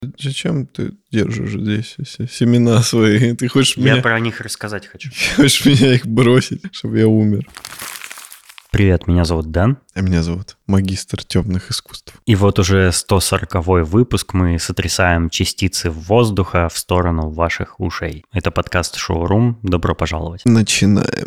Зачем ты держишь здесь семена свои? Ты хочешь Я про них рассказать хочу. Хочешь меня их бросить, чтобы я умер? Привет, меня зовут Дэн. А меня зовут магистр темных искусств. И вот уже 140-й выпуск мы сотрясаем частицы воздуха в сторону ваших ушей. Это подкаст «Шоурум». Добро пожаловать. Начинаем.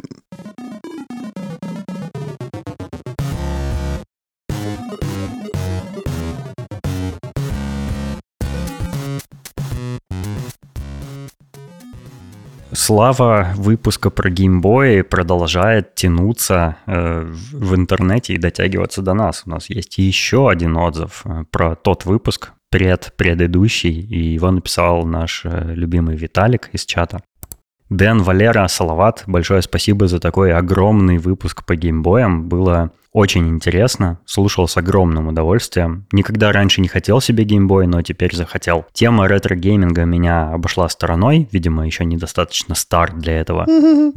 Слава выпуска про геймбои продолжает тянуться в интернете и дотягиваться до нас. У нас есть еще один отзыв про тот выпуск, предыдущий, и его написал наш любимый Виталик из чата. Дэн, Валера, Салават, большое спасибо за такой огромный выпуск по геймбоям. Было очень интересно, слушал с огромным удовольствием. Никогда раньше не хотел себе геймбой, но теперь захотел. Тема ретро-гейминга меня обошла стороной, видимо, еще недостаточно стар для этого,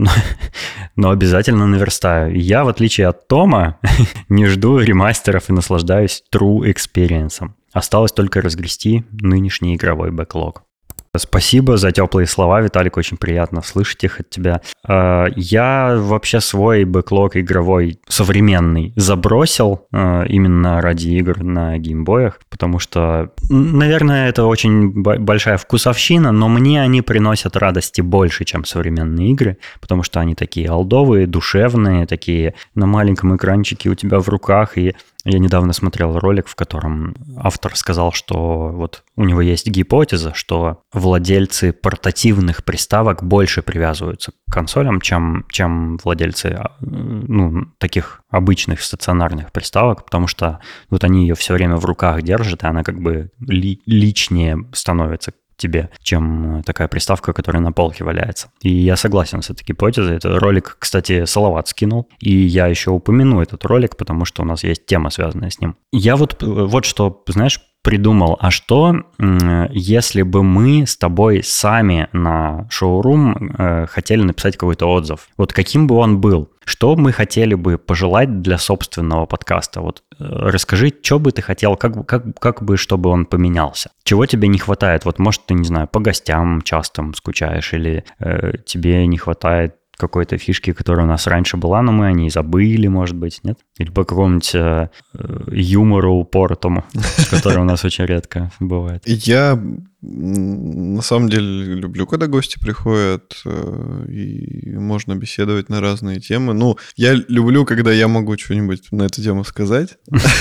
но обязательно наверстаю. И я, в отличие от Тома, не жду ремастеров и наслаждаюсь true experience. Осталось только разгрести нынешний игровой бэклог. Спасибо за теплые слова, Виталик, очень приятно слышать их от тебя. Я вообще свой бэклог игровой современный забросил именно ради игр на геймбоях, потому что, наверное, это очень большая вкусовщина, но мне они приносят радости больше, чем современные игры, потому что они такие олдовые, душевные, такие на маленьком экранчике у тебя в руках. И я недавно смотрел ролик, в котором автор сказал, что вот у него есть гипотеза, что владельцы портативных приставок больше привязываются к консолям, чем владельцы таких обычных стационарных приставок, потому что вот они ее все время в руках держат, и она как бы личнее становится тебе, чем такая приставка, которая на полке валяется. И я согласен с этой гипотезой. Этот ролик, кстати, Салават скинул, и я еще упомяну этот ролик, потому что у нас есть тема, связанная с ним. Я вот что, знаешь, придумал, а что, если бы мы с тобой сами на шоурум хотели написать какой-то отзыв? Вот каким бы он был? Что мы хотели бы пожелать для собственного подкаста? Вот расскажи, что бы ты хотел, как бы, чтобы он поменялся? Чего тебе не хватает? Вот, может, ты, не знаю, по гостям часто скучаешь, или тебе не хватает какой-то фишки, которая у нас раньше была, но мы о ней забыли, может быть, нет? Или по какому-нибудь юмору упоротому, который у нас очень редко бывает. Я на самом деле люблю, когда гости приходят, и можно беседовать на разные темы. Ну, я люблю, когда я могу что-нибудь на эту тему сказать.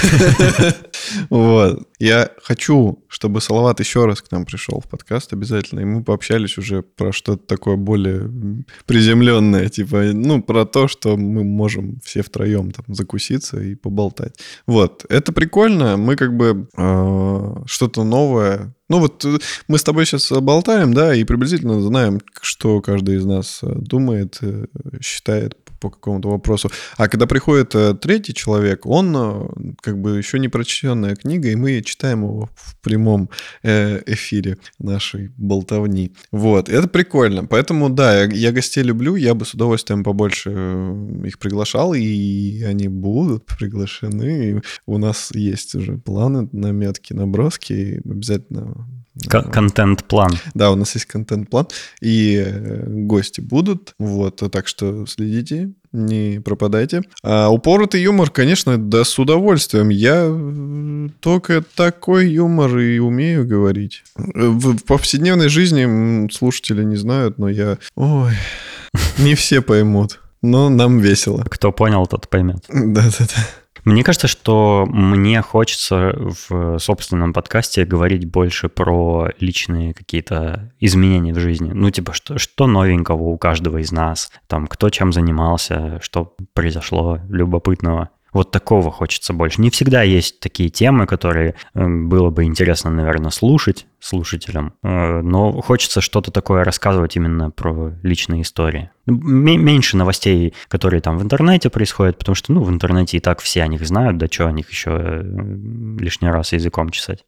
Вот. Я хочу, чтобы Салават еще раз к нам пришел в подкаст обязательно, и мы пообщались уже про что-то такое более приземленное, типа, про то, что мы можем все втроем там закуситься и поболтать. Вот. Это прикольно. Мы как бы что-то новое. Ну вот мы с тобой сейчас болтаем, да, и приблизительно знаем, что каждый из нас думает, считает по какому-то вопросу. А когда приходит третий человек, он как бы еще не прочтенная книга, и мы читаем его в прямом эфире нашей болтовни. Вот, это прикольно. Поэтому, да, я гостей люблю, я бы с удовольствием побольше их приглашал, и они будут приглашены. И у нас есть уже планы, наметки, наброски, и обязательно... Контент-план. Да, у нас есть контент-план, и гости будут, вот, так что следите, не пропадайте. А упоротый юмор, конечно, да, с удовольствием. Я только такой юмор и умею говорить. В повседневной жизни слушатели не знают, но я... Ой, не все поймут, но нам весело. Кто понял, тот поймет. Да-да-да. Мне кажется, что мне хочется в собственном подкасте говорить больше про личные какие-то изменения в жизни. Ну, типа, что новенького у каждого из нас, там, кто чем занимался, что произошло любопытного. Вот такого хочется больше. Не всегда есть такие темы, которые было бы интересно, наверное, слушать слушателям, но хочется что-то такое рассказывать именно про личные истории. Меньше новостей, которые там в интернете происходят, потому что, в интернете и так все о них знают, да что о них еще лишний раз языком чесать.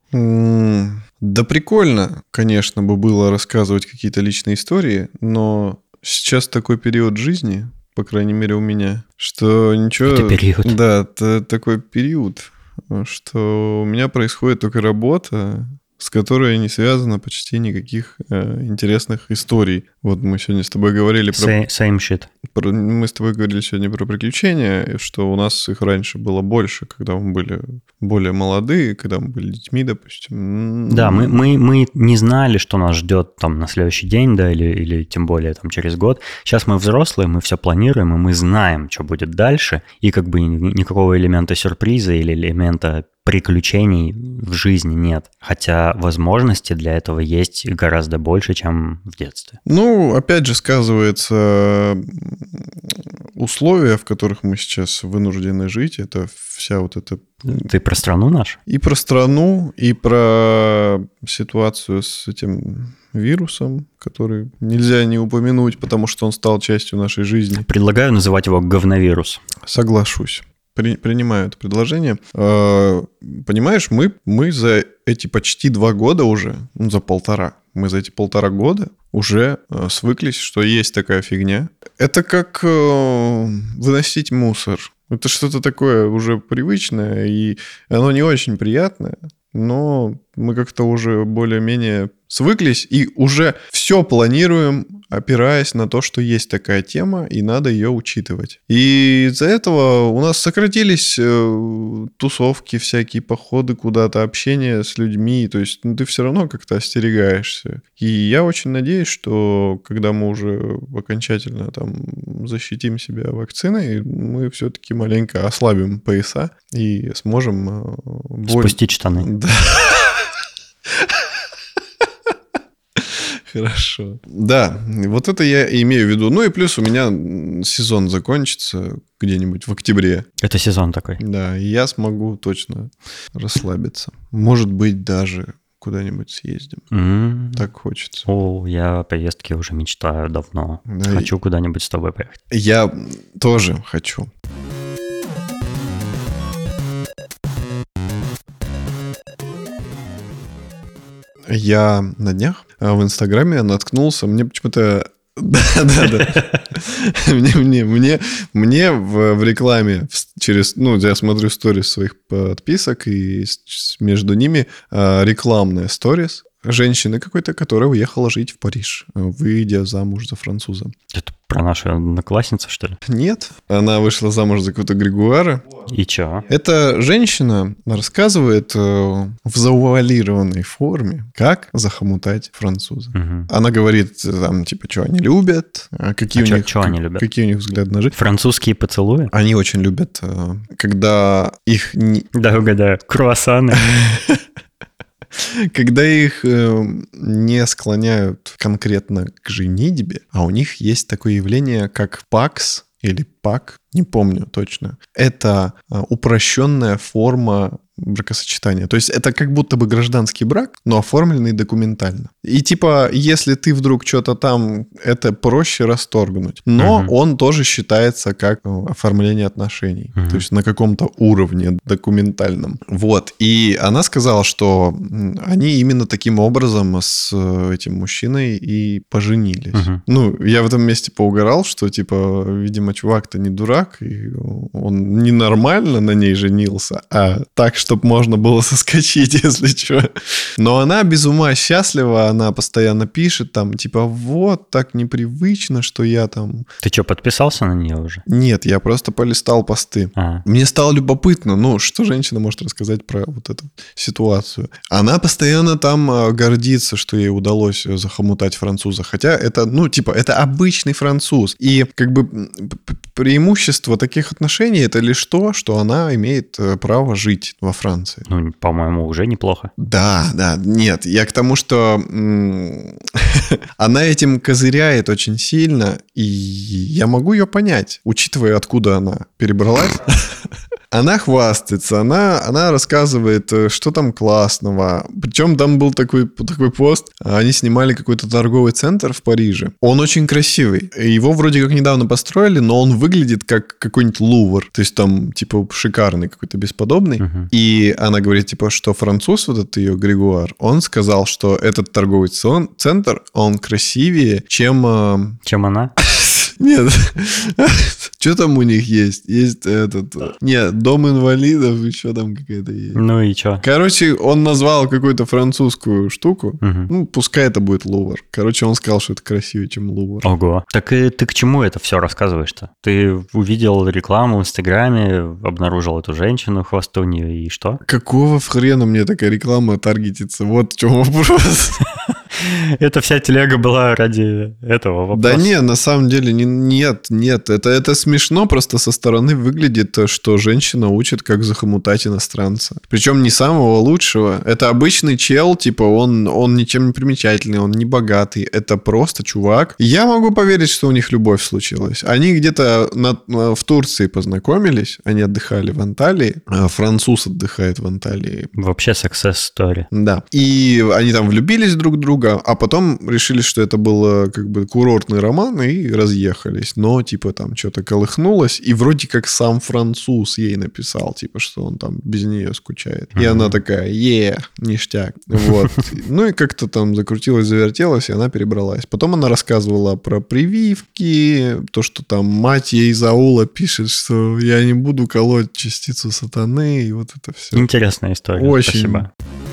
Да прикольно, конечно, бы было рассказывать какие-то личные истории, но сейчас такой период жизни... По крайней мере, у меня. Что ничего... Это период. Да, это такой период, что у меня происходит только работа, с которой не связано почти никаких интересных историй. Вот мы сегодня с тобой говорили Same shit. Мы с тобой говорили сегодня про приключения, что у нас их раньше было больше, когда мы были более молодые, когда мы были детьми, допустим. Да, мы не знали, что нас ждет там на следующий день, да, или тем более там через год. Сейчас мы взрослые, мы все планируем, и мы знаем, что будет дальше, и как бы никакого элемента сюрприза или элемента приключений в жизни нет. Хотя возможности для этого есть гораздо больше, чем в детстве. Ну, опять же, сказывается условия, в которых мы сейчас вынуждены жить. Это вся вот эта... Ты про страну нашу? И про страну, и про ситуацию с этим вирусом, который нельзя не упомянуть, потому что он стал частью нашей жизни. Предлагаю называть его говновирус. Соглашусь. Принимаю это предложение. Понимаешь, мы за эти почти 2 года уже, за 1,5, мы за эти 1,5 года уже свыклись, что есть такая фигня. Это как выносить мусор. Это что-то такое уже привычное, и оно не очень приятное, но мы как-то уже более-менее свыклись и уже все планируем, опираясь на то, что есть такая тема, и надо ее учитывать. И из-за этого у нас сократились тусовки, всякие походы куда-то, общение с людьми. То есть ты все равно как-то остерегаешься. И я очень надеюсь, что когда мы уже окончательно там защитим себя вакциной, мы все-таки маленько ослабим пояса и сможем... Спустить штаны. Да. Хорошо. Да, вот это я имею в виду. Ну и плюс у меня сезон закончится где-нибудь в октябре. Это сезон такой. Да, и я смогу точно расслабиться. Может быть, даже куда-нибудь съездим. Так хочется. О, я о поездке уже мечтаю давно. Да, хочу куда-нибудь с тобой поехать. Я тоже хочу. Я на днях в Инстаграме наткнулся, мне почему-то... Да. Мне в рекламе через... Ну, я смотрю сторис своих подписок, и между ними рекламная сторис женщины какой-то, которая уехала жить в Париж, выйдя замуж за француза. Это про нашу одноклассницу, что ли? Нет, она вышла замуж за какого-то Григуара. И чё? Эта женщина рассказывает в завуалированной форме, как захомутать француза. Угу. Она говорит, там, типа, что они любят, какие они любят? Какие у них взгляды на жизнь. Французские поцелуи? Они очень любят, когда их... Да, угадаю, круассаны. Когда их не склоняют конкретно к женитьбе, а у них есть такое явление, как ПАКС или ПАК, не помню точно. Это упрощенная форма бракосочетания. То есть это как будто бы гражданский брак, но оформленный документально. И типа, если ты вдруг что-то там, это проще расторгнуть. Но он тоже считается как оформление отношений. То есть на каком-то уровне документальном. Вот. И она сказала, что они именно таким образом с этим мужчиной и поженились. Ну, я в этом месте поугарал, что типа, видимо, чувак-то не дурак, и он ненормально на ней женился, а так, чтобы можно было соскочить, если что. Но она без ума счастлива, она постоянно пишет там, типа, вот, так непривычно, что я там... Ты что, подписался на нее уже? Нет, я просто полистал посты. Мне стало любопытно, ну, что женщина может рассказать про вот эту ситуацию. Она постоянно там гордится, что ей удалось захомутать француза, хотя это, ну, типа, это обычный француз. И как бы преимущество таких отношений это лишь то, что она имеет право жить во Франции. Ну, по-моему, уже неплохо. Да, нет, я к тому, что она этим козыряет очень сильно, и я могу ее понять, учитывая, откуда она перебралась. Она хвастается, она рассказывает, что там классного. Причем там был такой пост. Они снимали какой-то торговый центр в Париже. Он очень красивый. Его вроде как недавно построили, но он выглядит как какой-нибудь Лувр. То есть там типа шикарный какой-то, бесподобный. И она говорит, типа, что француз, вот этот ее Григуар, он сказал, что этот торговый центр, он красивее, чем... Чем она? Нет. Что там у них есть? Есть этот... Нет, дом инвалидов, еще там какая-то есть. Ну и что? Короче, он назвал какую-то французскую штуку. Ну, пускай это будет Лувр. Короче, он сказал, что это красивее, чем Лувр. Ого. Так и ты к чему это все рассказываешь-то? Ты увидел рекламу в Инстаграме, обнаружил эту женщину хвостунью, и что? Какого хрена мне такая реклама таргетится? Вот в чем вопрос. Это вся телега была ради этого вопроса. Да не, на самом деле нет. Это смешно просто со стороны выглядит, что женщина учит, как захомутать иностранца. Причем не самого лучшего. Это обычный чел, типа он ничем не примечательный, он не богатый. Это просто чувак. Я могу поверить, что у них любовь случилась. Они где-то в Турции познакомились, они отдыхали в Анталии. Француз отдыхает в Анталии. Вообще success story. Да. И они там влюбились друг в друга, а потом решили, что это был как бы курортный роман, и разъехались. Но, типа, там что-то колыхнулось, и вроде как сам француз ей написал, типа, что он там без нее скучает. И она такая, ништяк. Вот. Ну, и как-то там закрутилась, завертелась, и она перебралась. Потом она рассказывала про прививки, то, что там мать ей из аула пишет, что я не буду колоть частицу сатаны, и вот это все. Интересная история. Очень. Спасибо.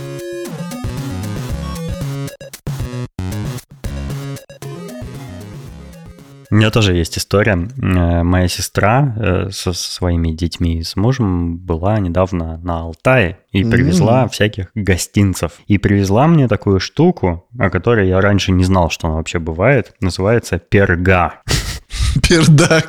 У меня тоже есть история. Моя сестра со своими детьми и с мужем была недавно на Алтае и привезла всяких гостинцев. И привезла мне такую штуку, о которой я раньше не знал, что она вообще бывает. Называется перга. Пердак.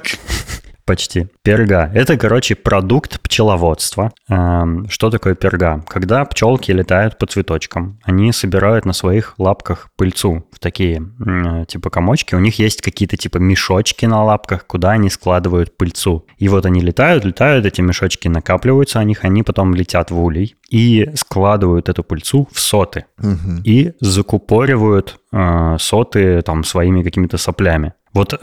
Почти. Перга. Это, короче, продукт пчеловодства. Что такое перга? Когда пчелки летают по цветочкам, они собирают на своих лапках пыльцу в такие, типа, комочки. У них есть какие-то, типа, мешочки на лапках, куда они складывают пыльцу. И вот они летают, эти мешочки накапливаются о них, они потом летят в улей и складывают эту пыльцу в соты. И закупоривают соты там своими какими-то соплями. Вот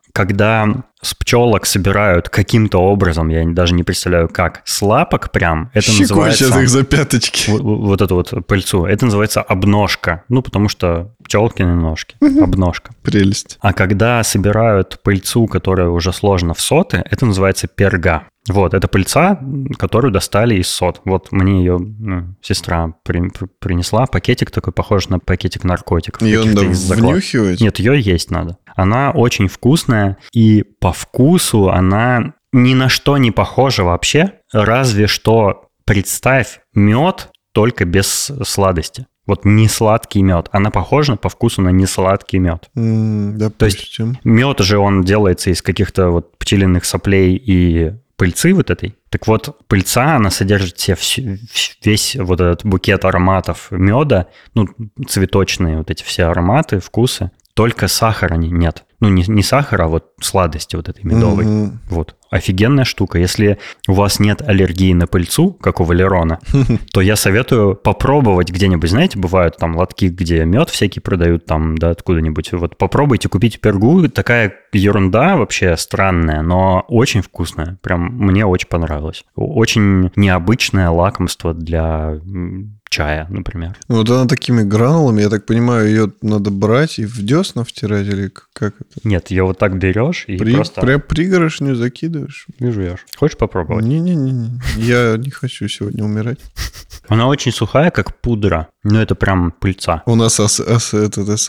когда с пчелок собирают каким-то образом, я даже не представляю как, с лапок прям, это называется... сейчас их за пяточки. Вот эту вот пыльцу. Это называется обножка. Ну, потому что пчелкины ножки. Обножка. Прелесть. А когда собирают пыльцу, которая уже сложена в соты, это называется перга. Вот, это пыльца, которую достали из сот. Вот мне ее сестра принесла. Пакетик такой, похож на пакетик наркотиков. Ее надо внюхивать? Нет, ее есть надо. Она очень вкусная, и по вкусу она ни на что не похожа вообще. Разве что представь мед, только без сладости. Вот не сладкий мед. Она похожа по вкусу на несладкий мед. То есть мед же он делается из каких-то вот пчелиных соплей и пыльцы вот этой. Так вот, пыльца, она содержит в себе весь вот этот букет ароматов меда, ну, цветочные вот эти все ароматы, вкусы. Только сахара нет. Ну, не сахара, а вот сладости вот этой медовой. Вот. Офигенная штука. Если у вас нет аллергии на пыльцу, как у Валерона, то я советую попробовать где-нибудь. Знаете, бывают там лотки, где мед всякий продают там, да, откуда-нибудь. Вот попробуйте купить пергу. Такая ерунда вообще странная, но очень вкусная. Прям мне очень понравилось. Очень необычное лакомство для чая, например. Вот она такими гранулами, я так понимаю, ее надо брать и в десна втирать или как это? Нет, ее вот так берешь и просто... Прям пригоршню закидываешь. И жуешь. Хочешь попробовать? Не-не-не, я не хочу сегодня умирать. Она очень сухая, как пудра. Но это прям пыльца. У нас этот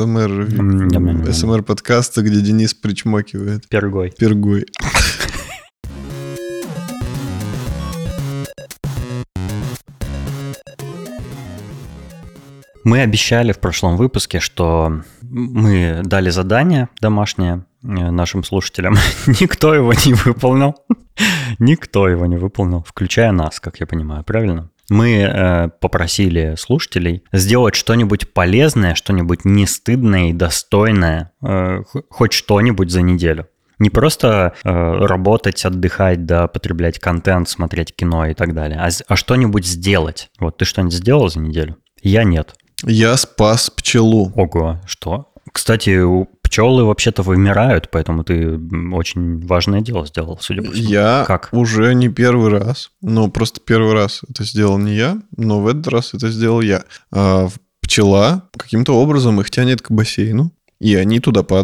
СМР подкаста, где Денис причмокивает. Пергой. Мы обещали в прошлом выпуске, что мы дали задание домашнее нашим слушателям. Никто его не выполнил. Никто его не выполнил, включая нас, как я понимаю, правильно? Мы попросили слушателей сделать что-нибудь полезное, что-нибудь не стыдное и достойное, хоть что-нибудь за неделю. Не просто работать, отдыхать, да, потреблять контент, смотреть кино и так далее, а что-нибудь сделать. Вот ты что-нибудь сделал за неделю? Я нет. Я спас пчелу. Ого, что? Кстати, пчелы вообще-то вымирают, поэтому ты очень важное дело сделал, судя по всему. Я уже не первый раз, но просто первый раз это сделал не я, но в этот раз это сделал я. Пчела каким-то образом их тянет к бассейну, и они туда падают.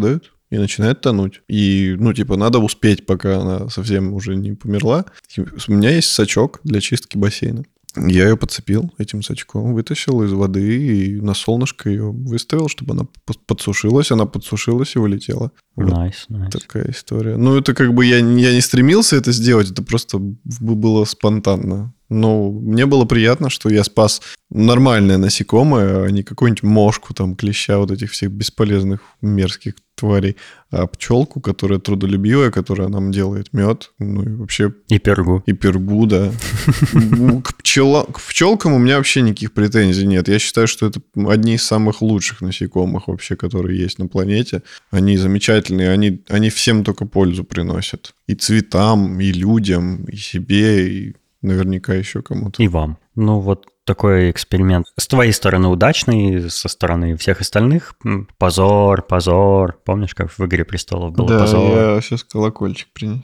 и начинает тонуть. И, ну, типа, надо успеть, пока она совсем уже не померла. У меня есть сачок для чистки бассейна. Я ее подцепил этим сачком, вытащил из воды и на солнышко ее выставил, чтобы она подсушилась. Она подсушилась и улетела. Nice. Такая история. Ну, это как бы я не стремился это сделать, это просто было спонтанно. Но мне было приятно, что я спас нормальное насекомое, а не какую-нибудь мошку, там, клеща, вот этих всех бесполезных мерзких тварей, а пчелку, которая трудолюбивая, которая нам делает мед, ну и вообще... И пергу. И пергу, да. К пчелкам у меня вообще никаких претензий нет. Я считаю, что это одни из самых лучших насекомых вообще, которые есть на планете. Они замечательные, они всем только пользу приносят. И цветам, и людям, и себе, и наверняка еще кому-то. И вам. Ну, вот такой эксперимент. С твоей стороны удачный, со стороны всех остальных позор. Помнишь, как в «Игре престолов» было позор? Да, я сейчас колокольчик принес.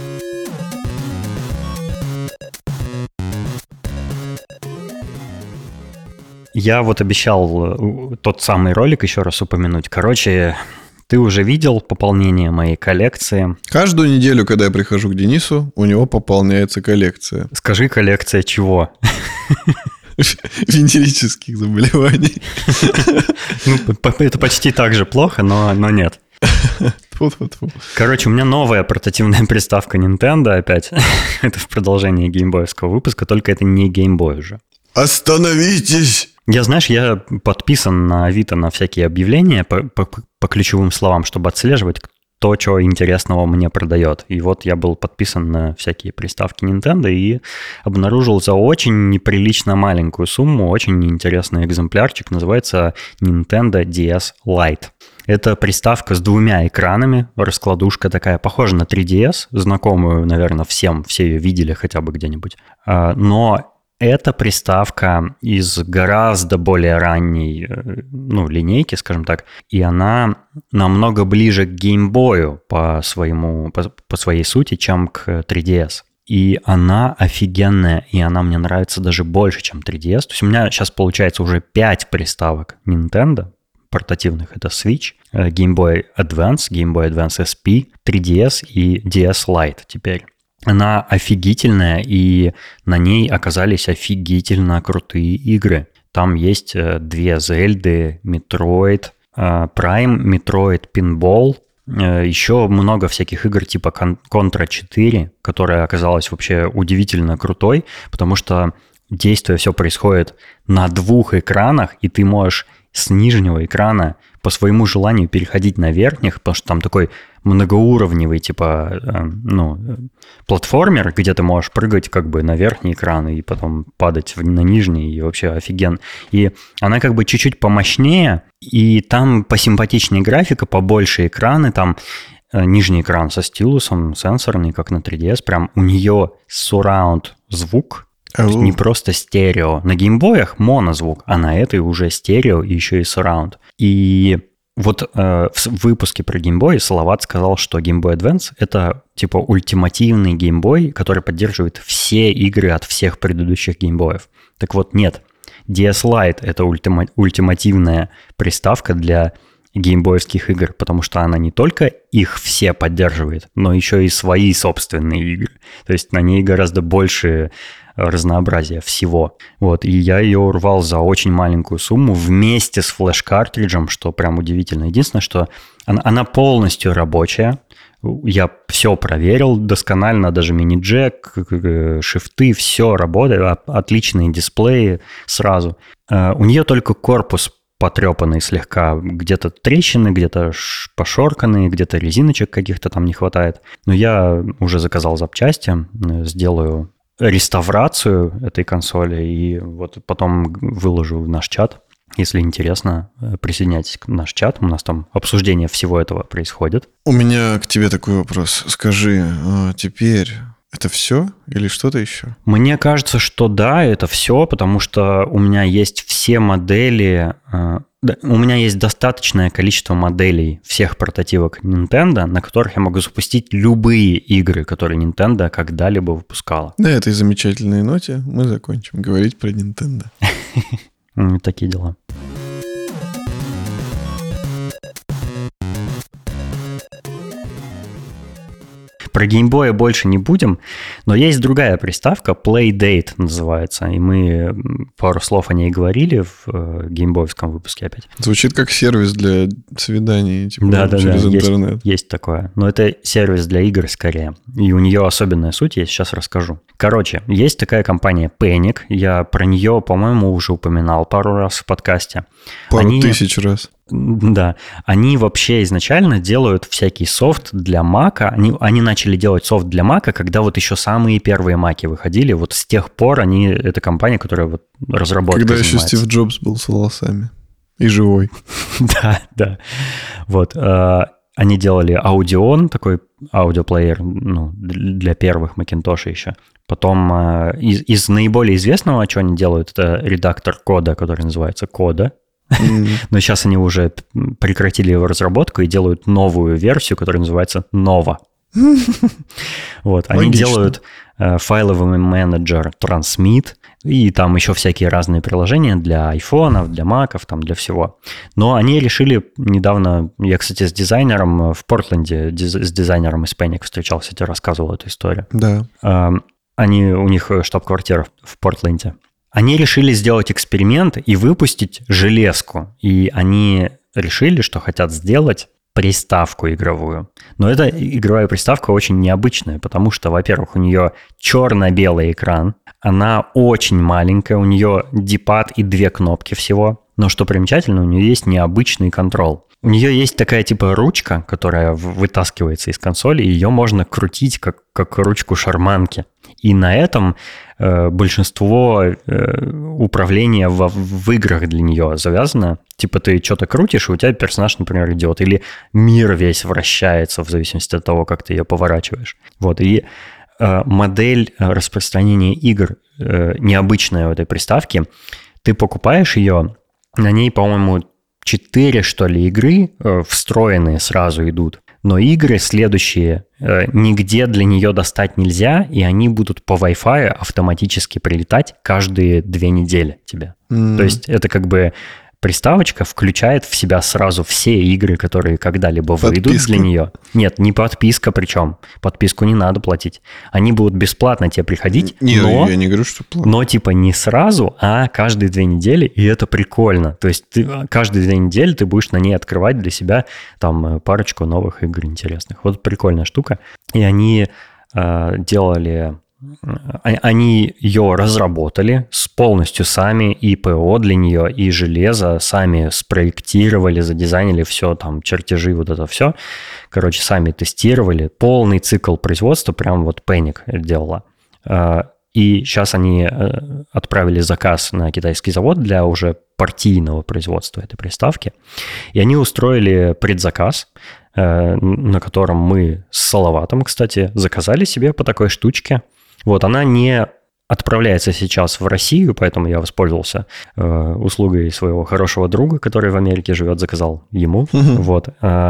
Я вот обещал тот самый ролик еще раз упомянуть. Короче, ты уже видел пополнение моей коллекции. Каждую неделю, когда я прихожу к Денису, у него пополняется коллекция. Скажи, коллекция чего? Венерических заболеваний. Ну, это почти так же плохо, но нет. Тьфу-тьфу-тьфу. Короче, у меня новая портативная приставка Nintendo опять. Это в продолжении геймбоевского выпуска, только это не геймбой уже. Остановитесь! Я подписан на Авито на всякие объявления по ключевым словам, чтобы отслеживать, то, что интересного мне продает. И вот я был подписан на всякие приставки Nintendo и обнаружил за очень неприлично маленькую сумму очень интересный экземплярчик. Называется Nintendo DS Lite. Это приставка с двумя экранами, раскладушка такая, похожа на 3DS, знакомую, наверное, всем, все ее видели хотя бы где-нибудь. Но это приставка из гораздо более ранней, линейки, скажем так, и она намного ближе к геймбою по своей сути, чем к 3DS. И она офигенная, и она мне нравится даже больше, чем 3DS. То есть у меня сейчас получается уже 5 приставок Nintendo портативных. Это Switch, Game Boy Advance, Game Boy Advance SP, 3DS и DS Lite теперь. Она офигительная, и на ней оказались офигительно крутые игры. Там есть 2 Зельды, Metroid Prime, Metroid Pinball, еще много всяких игр типа Contra 4, которая оказалась вообще удивительно крутой, потому что действие все происходит на 2 экранах, и ты можешь с нижнего экрана по своему желанию переходить на верхних, потому что там такой многоуровневый платформер, где ты можешь прыгать как бы на верхний экран и потом падать на нижний, и вообще офиген. И она как бы чуть-чуть помощнее, и там посимпатичнее графика, побольше экраны, там нижний экран со стилусом, сенсорный, как на 3DS, прям у нее surround звук, то есть не просто стерео. На геймбоях монозвук, а на этой уже стерео и еще и surround. И вот в выпуске про геймбой Салават сказал, что Game Boy Advance — это типа ультимативный геймбой, который поддерживает все игры от всех предыдущих геймбоев. Так вот, нет. DS Lite — это ультимативная приставка для геймбоевских игр, потому что она не только их все поддерживает, но еще и свои собственные игры. То есть на ней гораздо больше разнообразия всего. Вот, и я ее урвал за очень маленькую сумму вместе с флеш-картриджем, что прям удивительно. Единственное, что она полностью рабочая. Я все проверил досконально, даже мини-джек, шифты, все работает, отличные дисплеи сразу. У нее только корпус потрепанный слегка, где-то трещины, где-то пошорканные, где-то резиночек каких-то там не хватает. Но я уже заказал запчасти, сделаю реставрацию этой консоли и вот потом выложу в наш чат. Если интересно, присоединяйтесь к наш чат. У нас там обсуждение всего этого происходит. У меня к тебе такой вопрос. Скажи, теперь это все или что-то еще? Мне кажется, что да, это все, потому что у меня есть все модели... У меня есть достаточное количество моделей всех портативок Nintendo, на которых я могу запустить любые игры, которые Nintendo когда-либо выпускала. На этой замечательной ноте мы закончим говорить про Nintendo. Такие дела. про геймбоя больше не будем, но есть другая приставка, Playdate называется, и мы пару слов о ней говорили в геймбоевском выпуске опять. Звучит как сервис для свиданий, типа через интернет. Есть такое, но это сервис для игр скорее, и у нее особенная суть, я сейчас расскажу. Короче, есть такая компания Panic, я про нее, по-моему, уже упоминал пару раз в подкасте. Пару тысяч раз. Да, они вообще изначально делают всякий софт для Мака. Они начали делать софт для Мака, когда вот еще самые первые Маки выходили. Вот с тех пор это компания, которая вот разработкой когда занимается. еще Стив Джобс был с волосами и живой. Да. Вот. Они делали Audion, такой аудиоплеер, для первых Macintosh еще. Потом из наиболее известного, что они делают, это редактор кода, который называется Кода. Но сейчас они уже прекратили его разработку и делают новую версию, которая называется Nova. Вот, они делают файловый менеджер Transmit, и там еще всякие разные приложения для айфонов, для маков, там для всего. Но они решили недавно, я, кстати, с дизайнером в Портленде, с дизайнером из Panic встречался, я тебе рассказывал эту историю. Да. У них штаб-квартира в Портленде. Они решили сделать эксперимент и выпустить железку. И они решили, что хотят сделать приставку игровую. Но эта игровая приставка очень необычная, потому что, во-первых, у нее черно-белый экран, она очень маленькая, у нее дипад и 2 кнопки всего. Но что примечательно, у нее есть необычный контрол. У нее есть такая типа ручка, которая вытаскивается из консоли, и ее можно крутить как ручку шарманки. И на этом большинство управления в играх для нее завязано. Типа ты что-то крутишь, и у тебя персонаж, например, идет. Или мир весь вращается в зависимости от того, как ты ее поворачиваешь. Вот. И модель распространения игр необычная у этой приставки. Ты покупаешь ее, на ней, по-моему, 4, что ли, игры встроенные сразу идут. Но игры следующие нигде для нее достать нельзя, и они будут по Wi-Fi автоматически прилетать каждые 2 недели тебе. То есть это как бы приставочка включает в себя сразу все игры, которые когда-либо выйдут для нее. Нет, не подписка причем. Подписку не надо платить. Они будут бесплатно тебе приходить, я не говорю, что платно. Но типа не сразу, а каждые 2 недели, и это прикольно. То есть каждые 2 недели ты будешь на ней открывать для себя там парочку новых игр интересных. Вот прикольная штука. И они делали... Они ее разработали полностью сами, и ПО для нее, и железо сами спроектировали, задизайнили все, там, чертежи, вот это все. Короче, сами тестировали. Полный цикл производства прям вот Panic делала. И сейчас они отправили заказ на китайский завод для уже партийного производства этой приставки. И они устроили предзаказ, на котором мы с Салаватом, кстати, заказали себе по такой штучке. Вот, она не отправляется сейчас в Россию, поэтому я воспользовался услугой своего хорошего друга, который в Америке живет, заказал ему. Вот.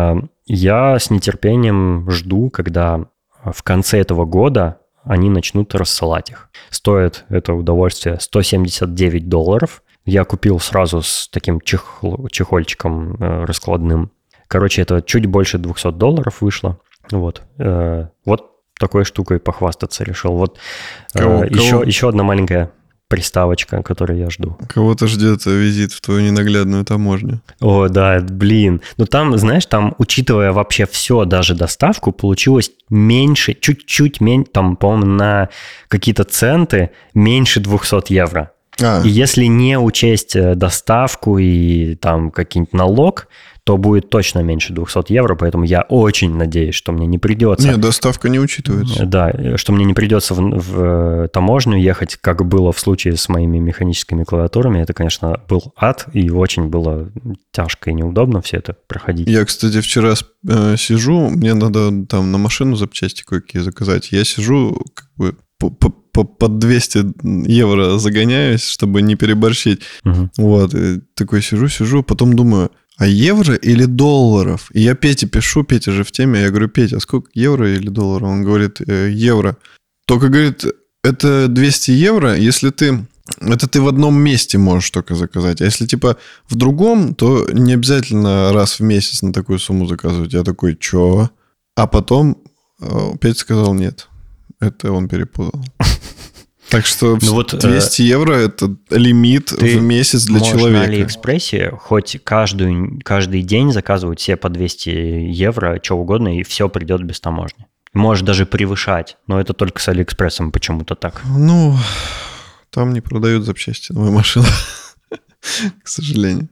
Я с нетерпением жду, когда в конце этого года они начнут рассылать их. Стоит это удовольствие $179. Я купил сразу с таким чехольчиком раскладным. Короче, это чуть больше $200 вышло. Вот. Вот такой штукой похвастаться решил. Вот еще одна маленькая приставочка, которую я жду. Кого-то ждет визит в твою ненаглядную таможню. О, да, блин. Ну там, знаешь, там, учитывая вообще все, даже доставку, получилось меньше, чуть-чуть меньше, там, по-моему, на какие-то центы меньше 200 евро. И если не учесть доставку и там какой-нибудь налог, то будет точно меньше 200 евро, поэтому я очень надеюсь, что мне не придется... Нет, доставка не учитывается. Да, что мне не придется в таможню ехать, как было в случае с моими механическими клавиатурами. Это, конечно, был ад, и очень было тяжко и неудобно все это проходить. Я, кстати, вчера сижу, мне надо там на машину запчасти кое-какие заказать. Я сижу как бы под 200 евро загоняюсь, чтобы не переборщить. Вот, и такой сижу, потом думаю... А евро или долларов? И я Пете пишу, Петя же в теме, я говорю, Петя, а сколько евро или долларов? Он говорит, евро. Только, говорит, это 200 евро, если ты... Это ты в одном месте можешь только заказать. А если типа в другом, то не обязательно раз в месяц на такую сумму заказывать. Я такой, чё? А потом Петя сказал нет. Это он перепутал. Так что Ну вот, 200 евро – это лимит в месяц для человека. Можешь на Алиэкспрессе хоть каждый день заказывать себе по 200 евро, что угодно, и все придет без таможни. Можешь даже превышать, но это только с Алиэкспрессом почему-то так. Ну, там не продают запчасти на мою машину, к сожалению.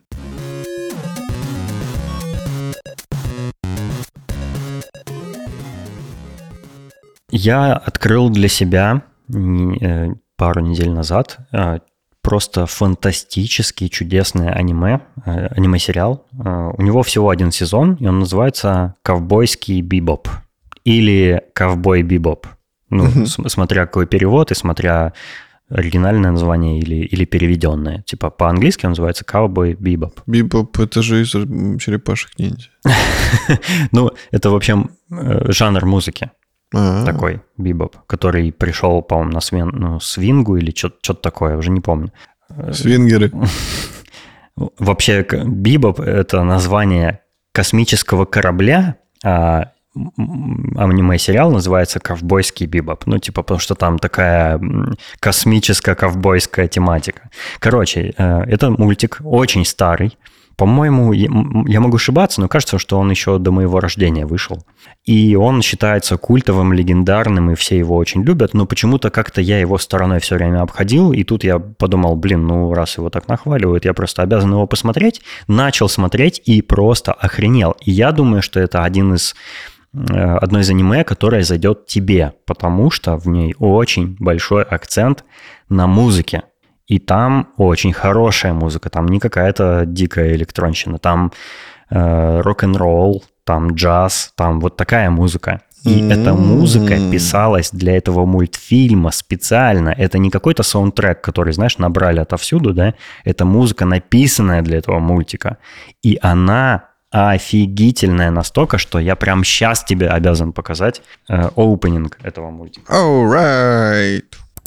Я открыл для себя пару недель назад просто фантастически чудесное аниме-сериал. У него всего один сезон, и он называется «Ковбойский бибоп» или «Ковбой бибоп». Ну, смотря какой перевод и смотря оригинальное название или переведенное. Типа по-английски он называется «Ковбой бибоп». Бибоп – это же из «Черепашек ниндзя». Ну, это, в общем, жанр музыки. Такой бибоп, который пришел, по-моему, на смену свингу или что-то такое, уже не помню. Свингеры. Вообще, бибоп – это название космического корабля, а аниме-сериал называется «Ковбойский бибоп». Ну, типа, потому что там такая космическая ковбойская тематика. Короче, это мультик очень старый. По-моему, я могу ошибаться, но кажется, что он еще до моего рождения вышел. И он считается культовым, легендарным, и все его очень любят, но почему-то как-то я его стороной все время обходил, и тут я подумал, ну раз его так нахваливают, я просто обязан его посмотреть. Начал смотреть и просто охренел. И я думаю, что это одно из аниме, которое зайдет тебе, потому что в ней очень большой акцент на музыке. И там очень хорошая музыка, там не какая-то дикая электронщина, там рок-н-ролл, там джаз, там вот такая музыка. И эта музыка писалась для этого мультфильма специально. Это не какой-то саундтрек, который, знаешь, набрали отовсюду, да? Это музыка, написанная для этого мультика. И она офигительная настолько, что я прям сейчас тебе обязан показать оупенинг этого мультика. All right.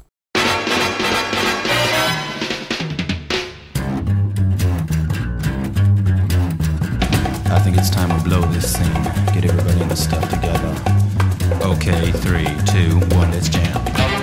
I think it's time to blow this scene. Get everybody in the stuff together. Okay, 3, 2, 1, let's jam.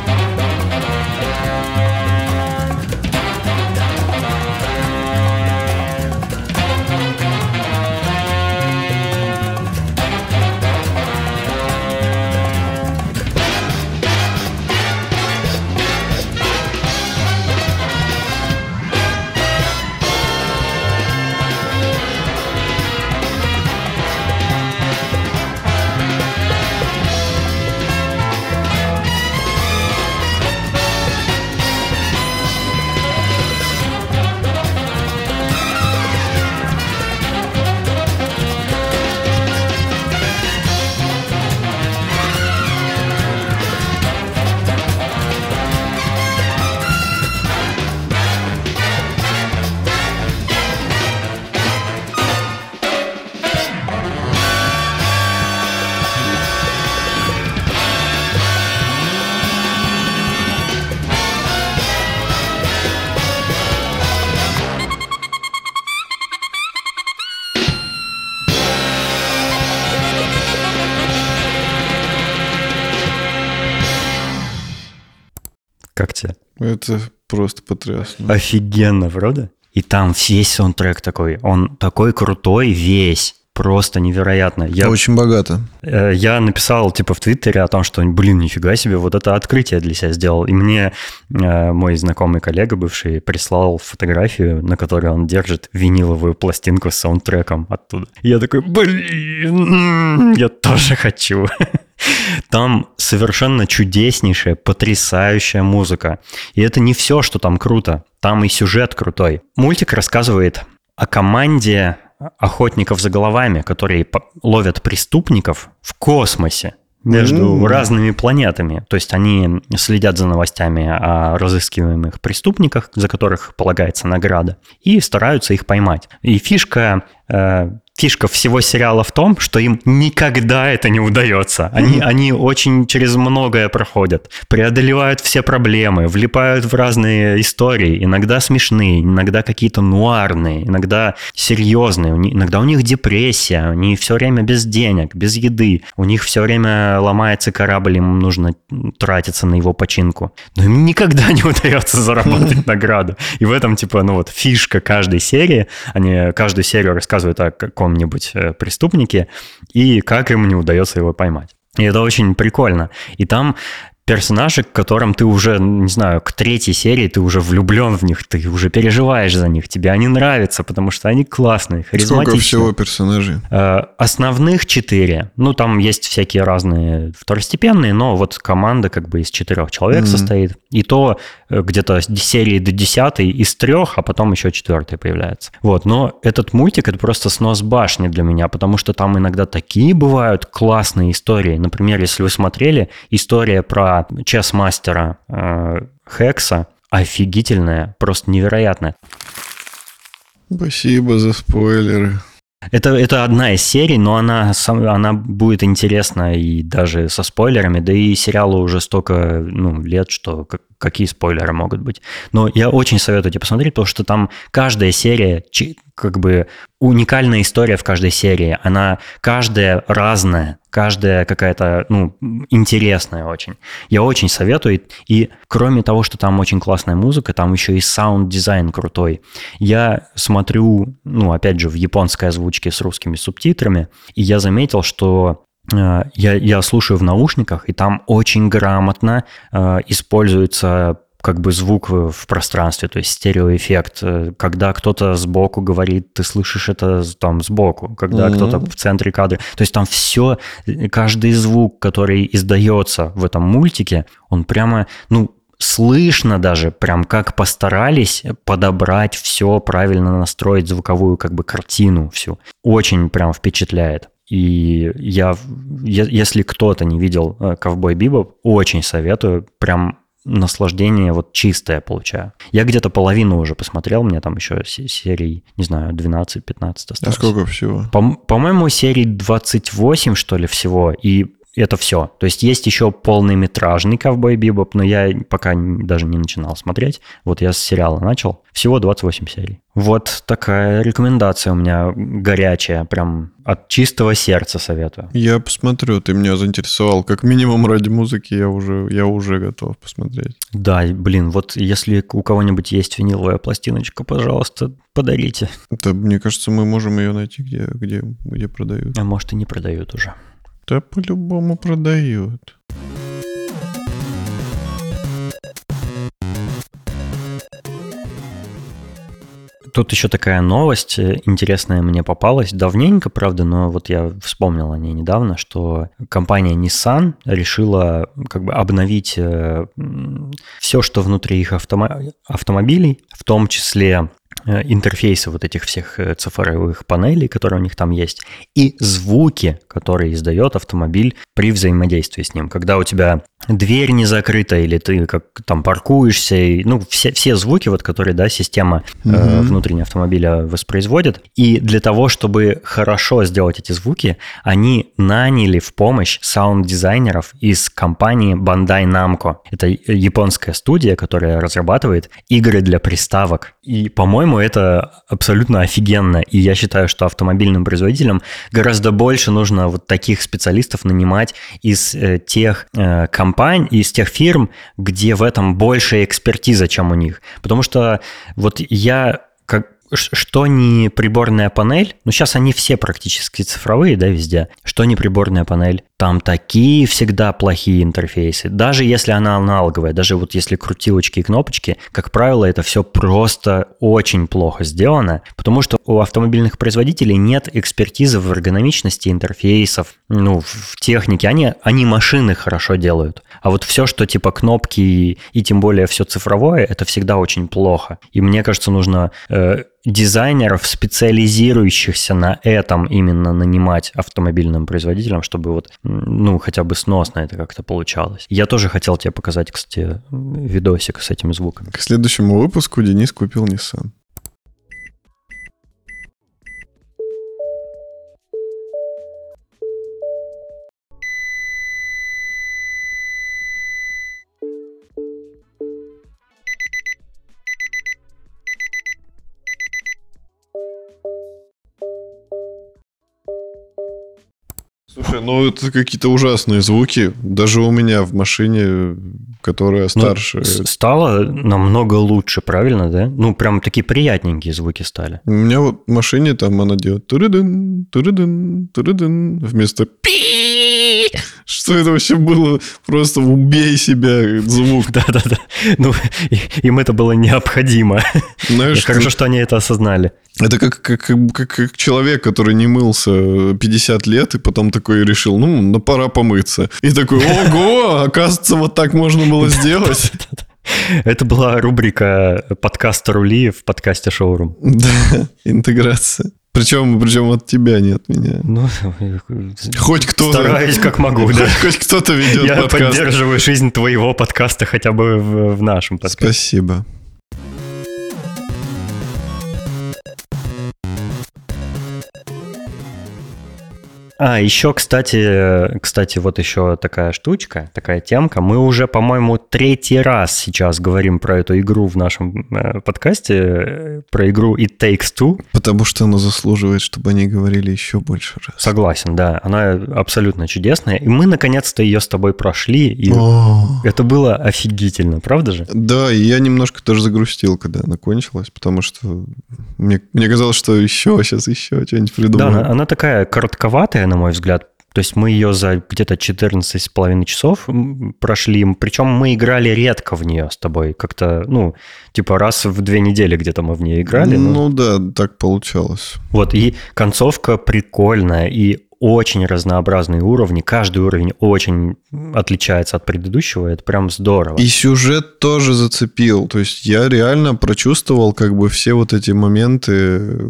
Как тебе? Это просто потрясно. Офигенно, правда? И там весь саундтрек такой, он такой крутой весь. Просто невероятно. Очень богато. Я написал типа в Твиттере о том, что, нифига себе, вот это открытие для себя сделал. И мне мой знакомый коллега бывший прислал фотографию, на которой он держит виниловую пластинку с саундтреком оттуда. И я такой, я тоже хочу. Там совершенно чудеснейшая, потрясающая музыка. И это не все, что там круто. Там и сюжет крутой. Мультик рассказывает о команде охотников за головами, которые ловят преступников в космосе между разными планетами. То есть они следят за новостями о разыскиваемых преступниках, за которых полагается награда, и стараются их поймать. И фишка фишка всего сериала в том, что им никогда это не удается. Они очень через многое проходят, преодолевают все проблемы, влипают в разные истории, иногда смешные, иногда какие-то нуарные, иногда серьезные, иногда у них депрессия, они все время без денег, без еды, у них все время ломается корабль, им нужно тратиться на его починку. Но им никогда не удается заработать награду. И в этом, типа, ну вот фишка каждой серии. Они каждую серию рассказывают о каком-нибудь преступнике и как им не удается его поймать. И это очень прикольно. И там персонажи, к которым ты уже, не знаю, к 3-й серии ты уже влюблен в них, ты уже переживаешь за них, тебе они нравятся, потому что они классные, харизматичные. Сколько всего персонажей? Основных 4. Ну, там есть всякие разные второстепенные, но вот команда как бы из 4 человек состоит. И то где-то серии до 10 из 3, а потом еще 4 появляется. Вот, но этот мультик — это просто снос башни для меня, потому что там иногда такие бывают классные истории. Например, если вы смотрели, история про чес-мастера Хекса офигительная, просто невероятная. Спасибо за спойлеры. Это одна из серий, но она будет интересна и даже со спойлерами, да и сериалу уже столько лет, что какие спойлеры могут быть. Но я очень советую тебе посмотреть, потому что там каждая серия, как бы уникальная история в каждой серии, она каждая разная, каждая какая-то, интересная очень. Я очень советую. И кроме того, что там очень классная музыка, там еще и саунд-дизайн крутой. Я смотрю, опять же, в японской озвучке с русскими субтитрами, и я заметил, что я слушаю в наушниках, и там очень грамотно используется как бы звук в пространстве, то есть стереоэффект. Когда кто-то сбоку говорит, ты слышишь это там сбоку. Когда кто-то в центре кадра. То есть там все, каждый звук, который издается в этом мультике, он прямо, слышно даже, прям как постарались подобрать все, правильно настроить звуковую как бы картину всю. Очень прям впечатляет. И если кто-то не видел «Ковбой Бибоп», очень советую, прям наслаждение вот чистое получаю. Я где-то половину уже посмотрел, мне там еще серий, не знаю, 12-15 осталось. А сколько всего? По-моему, серий 28, что ли, всего, и это все. То есть есть еще полнометражный «Ковбой Бибоп», но я пока даже не начинал смотреть. Вот я с сериала начал. Всего 28 серий. Вот такая рекомендация у меня горячая, прям от чистого сердца советую. Я посмотрю, ты меня заинтересовал. Как минимум ради музыки я уже готов посмотреть. Да, блин, вот если у кого-нибудь есть виниловая пластиночка, пожалуйста, подарите. Это, мне кажется, мы можем ее найти, где продают. А может, и не продают уже. Да по-любому продают. Тут еще такая новость интересная мне попалась. Давненько, правда, но вот я вспомнил о ней недавно, что компания Nissan решила как бы обновить все, что внутри их автомобилей, в том числе интерфейсы вот этих всех цифровых панелей, которые у них там есть, и звуки, которые издает автомобиль при взаимодействии с ним. Когда у тебя дверь не закрыта, или ты как там паркуешься, все звуки, вот, которые, да, система внутреннего автомобиля воспроизводит. И для того, чтобы хорошо сделать эти звуки, они наняли в помощь саунд-дизайнеров из компании Bandai Namco. Это японская студия, которая разрабатывает игры для приставок. И, по-моему, это абсолютно офигенно. И я считаю, что автомобильным производителям гораздо больше нужно вот таких специалистов нанимать из тех компаний, из тех фирм, где в этом больше экспертиза, чем у них. Потому что вот что не приборная панель, сейчас они все практически цифровые, да, везде, что не приборная панель, там такие всегда плохие интерфейсы. Даже если она аналоговая, даже вот если крутилочки и кнопочки, как правило, это все просто очень плохо сделано, потому что у автомобильных производителей нет экспертизы в эргономичности интерфейсов, в технике. Они машины хорошо делают. А вот все, что типа кнопки и тем более все цифровое, это всегда очень плохо. И мне кажется, нужно дизайнеров, специализирующихся на этом, именно нанимать автомобильным производителям, чтобы вот, хотя бы сносно это как-то получалось. Я тоже хотел тебе показать, кстати, видосик с этими звуками. К следующему выпуску Денис купил Nissan. Слушай, ну это какие-то ужасные звуки. Даже у меня в машине, которая старше... Стало намного лучше, правильно, да? Ну, прям такие приятненькие звуки стали. У меня вот в машине там она делает турыдын, турыдын, турыдын, вместо пи. Что это вообще было? Просто убей себя звук. Да-да-да. Ну, им это было необходимо. Знаешь, хорошо, что они это осознали. Это как человек, который не мылся 50 лет, и потом такой решил, ну, пора помыться. И такой, ого, оказывается, вот так можно было сделать. Это была рубрика подкаста «Рули» в подкасте «Шоурум». Да, интеграция. Причем от тебя, не от меня. Ну, хоть кто-то... Стараюсь как могу, да. Хоть кто-то ведет Я подкаст. Я поддерживаю жизнь твоего подкаста хотя бы в нашем подкасте. Спасибо. Еще, кстати, вот еще такая штучка, такая темка. Мы уже, по-моему, 3-й раз сейчас говорим про эту игру в нашем подкасте, про игру It Takes Two. Потому что она заслуживает, чтобы они говорили еще больше раз. Согласен, да. Она абсолютно чудесная. И мы, наконец-то, ее с тобой прошли. И это было офигительно, правда же? Да, и я немножко тоже загрустил, когда она кончилась, потому что мне казалось, что сейчас еще что-нибудь придумаем. Да, она такая коротковатая, на мой взгляд. То есть мы ее за где-то 14,5 часов прошли. Причем мы играли редко в нее с тобой. Как-то, типа раз в 2 недели где-то мы в нее играли. Ну да, так получалось. Вот, и концовка прикольная, и очень разнообразные уровни. Каждый уровень очень отличается от предыдущего. Это прям здорово. И сюжет тоже зацепил. То есть я реально прочувствовал как бы все вот эти моменты,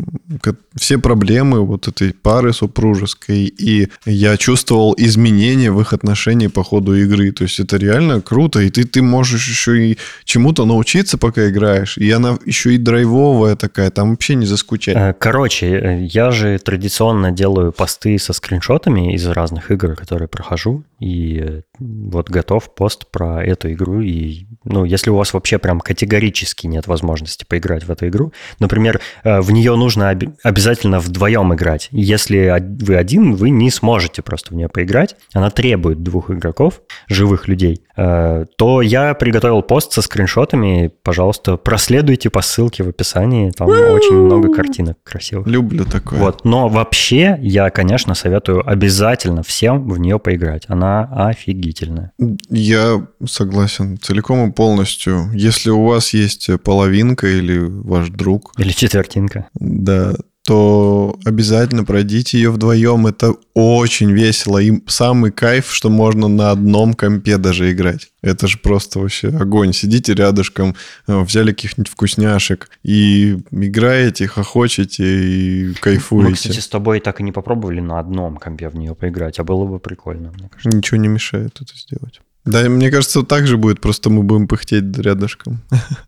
все проблемы вот этой пары супружеской. И я чувствовал изменения в их отношении по ходу игры. То есть это реально круто. И ты можешь еще и чему-то научиться, пока играешь. И она еще и драйвовая такая. Там вообще не заскучать. Короче, я же традиционно делаю посты со скриншотами из разных игр, которые прохожу, и вот готов пост про эту игру. И, если у вас вообще прям категорически нет возможности поиграть в эту игру, например, в нее нужно обязательно вдвоем играть. Если вы один, вы не сможете просто в нее поиграть. Она требует 2 игроков, живых людей. То я приготовил пост со скриншотами. Пожалуйста, проследуйте по ссылке в описании. Там очень много картинок красивых. Люблю такое. Вот. Но вообще я, конечно, советую обязательно всем в нее поиграть. Она офигительная. Я согласен целиком и полностью. Если у вас есть половинка или ваш друг... Или четвертинка. Да, то обязательно пройдите ее вдвоем. Это очень весело. И самый кайф, что можно на одном компе даже играть. Это же просто вообще огонь. Сидите рядышком, взяли каких-нибудь вкусняшек и играете, хохочете и кайфуете. Мы, кстати, с тобой так и не попробовали на одном компе в нее поиграть, а было бы прикольно, мне кажется. Ничего не мешает это сделать. Да, мне кажется, так же будет, просто мы будем пыхтеть рядышком.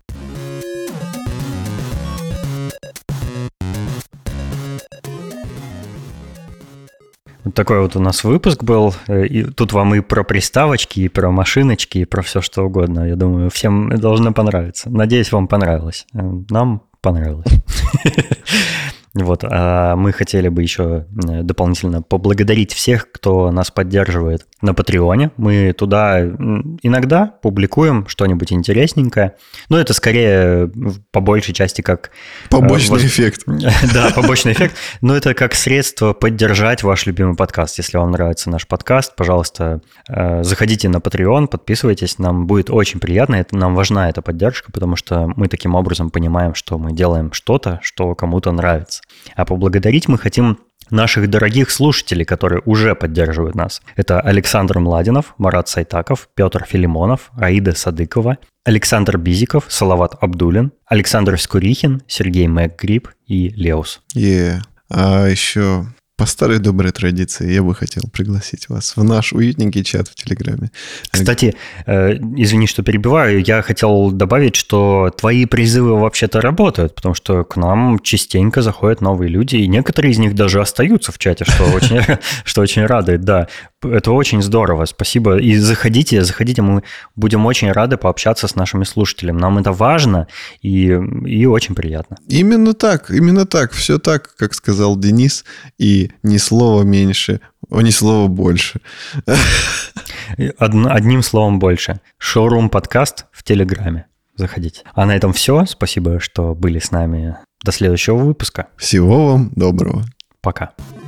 Вот такой вот у нас выпуск был. И тут вам и про приставочки, и про машиночки, и про все что угодно. Я думаю, всем должно понравиться. Надеюсь, вам понравилось. Нам понравилось. Вот, а мы хотели бы еще дополнительно поблагодарить всех, кто нас поддерживает на Патреоне. Мы туда иногда публикуем что-нибудь интересненькое. Но это скорее по большей части как... Побочный эффект. Да, побочный эффект. Но это как средство поддержать ваш любимый подкаст. Если вам нравится наш подкаст, пожалуйста, заходите на Patreon, подписывайтесь. Нам будет очень приятно. Нам важна эта поддержка, потому что мы таким образом понимаем, что мы делаем что-то, что кому-то нравится. А поблагодарить мы хотим наших дорогих слушателей, которые уже поддерживают нас. Это Александр Младинов, Марат Сайтаков, Петр Филимонов, Аида Садыкова, Александр Бизиков, Салават Абдулин, Александр Скурихин, Сергей МакГриб и Леус. А еще... По старой доброй традиции я бы хотел пригласить вас в наш уютненький чат в Телеграме. Кстати, извини, что перебиваю, я хотел добавить, что твои призывы вообще-то работают, потому что к нам частенько заходят новые люди, и некоторые из них даже остаются в чате, что очень радует, да. Это очень здорово, спасибо. И заходите, мы будем очень рады пообщаться с нашими слушателями. Нам это важно и очень приятно. Именно так, все так, как сказал Денис, и ни слова меньше, ни слова больше. Одним словом больше. Шоурум подкаст в Телеграме. Заходите. А на этом все. Спасибо, что были с нами. До следующего выпуска. Всего вам доброго. Пока.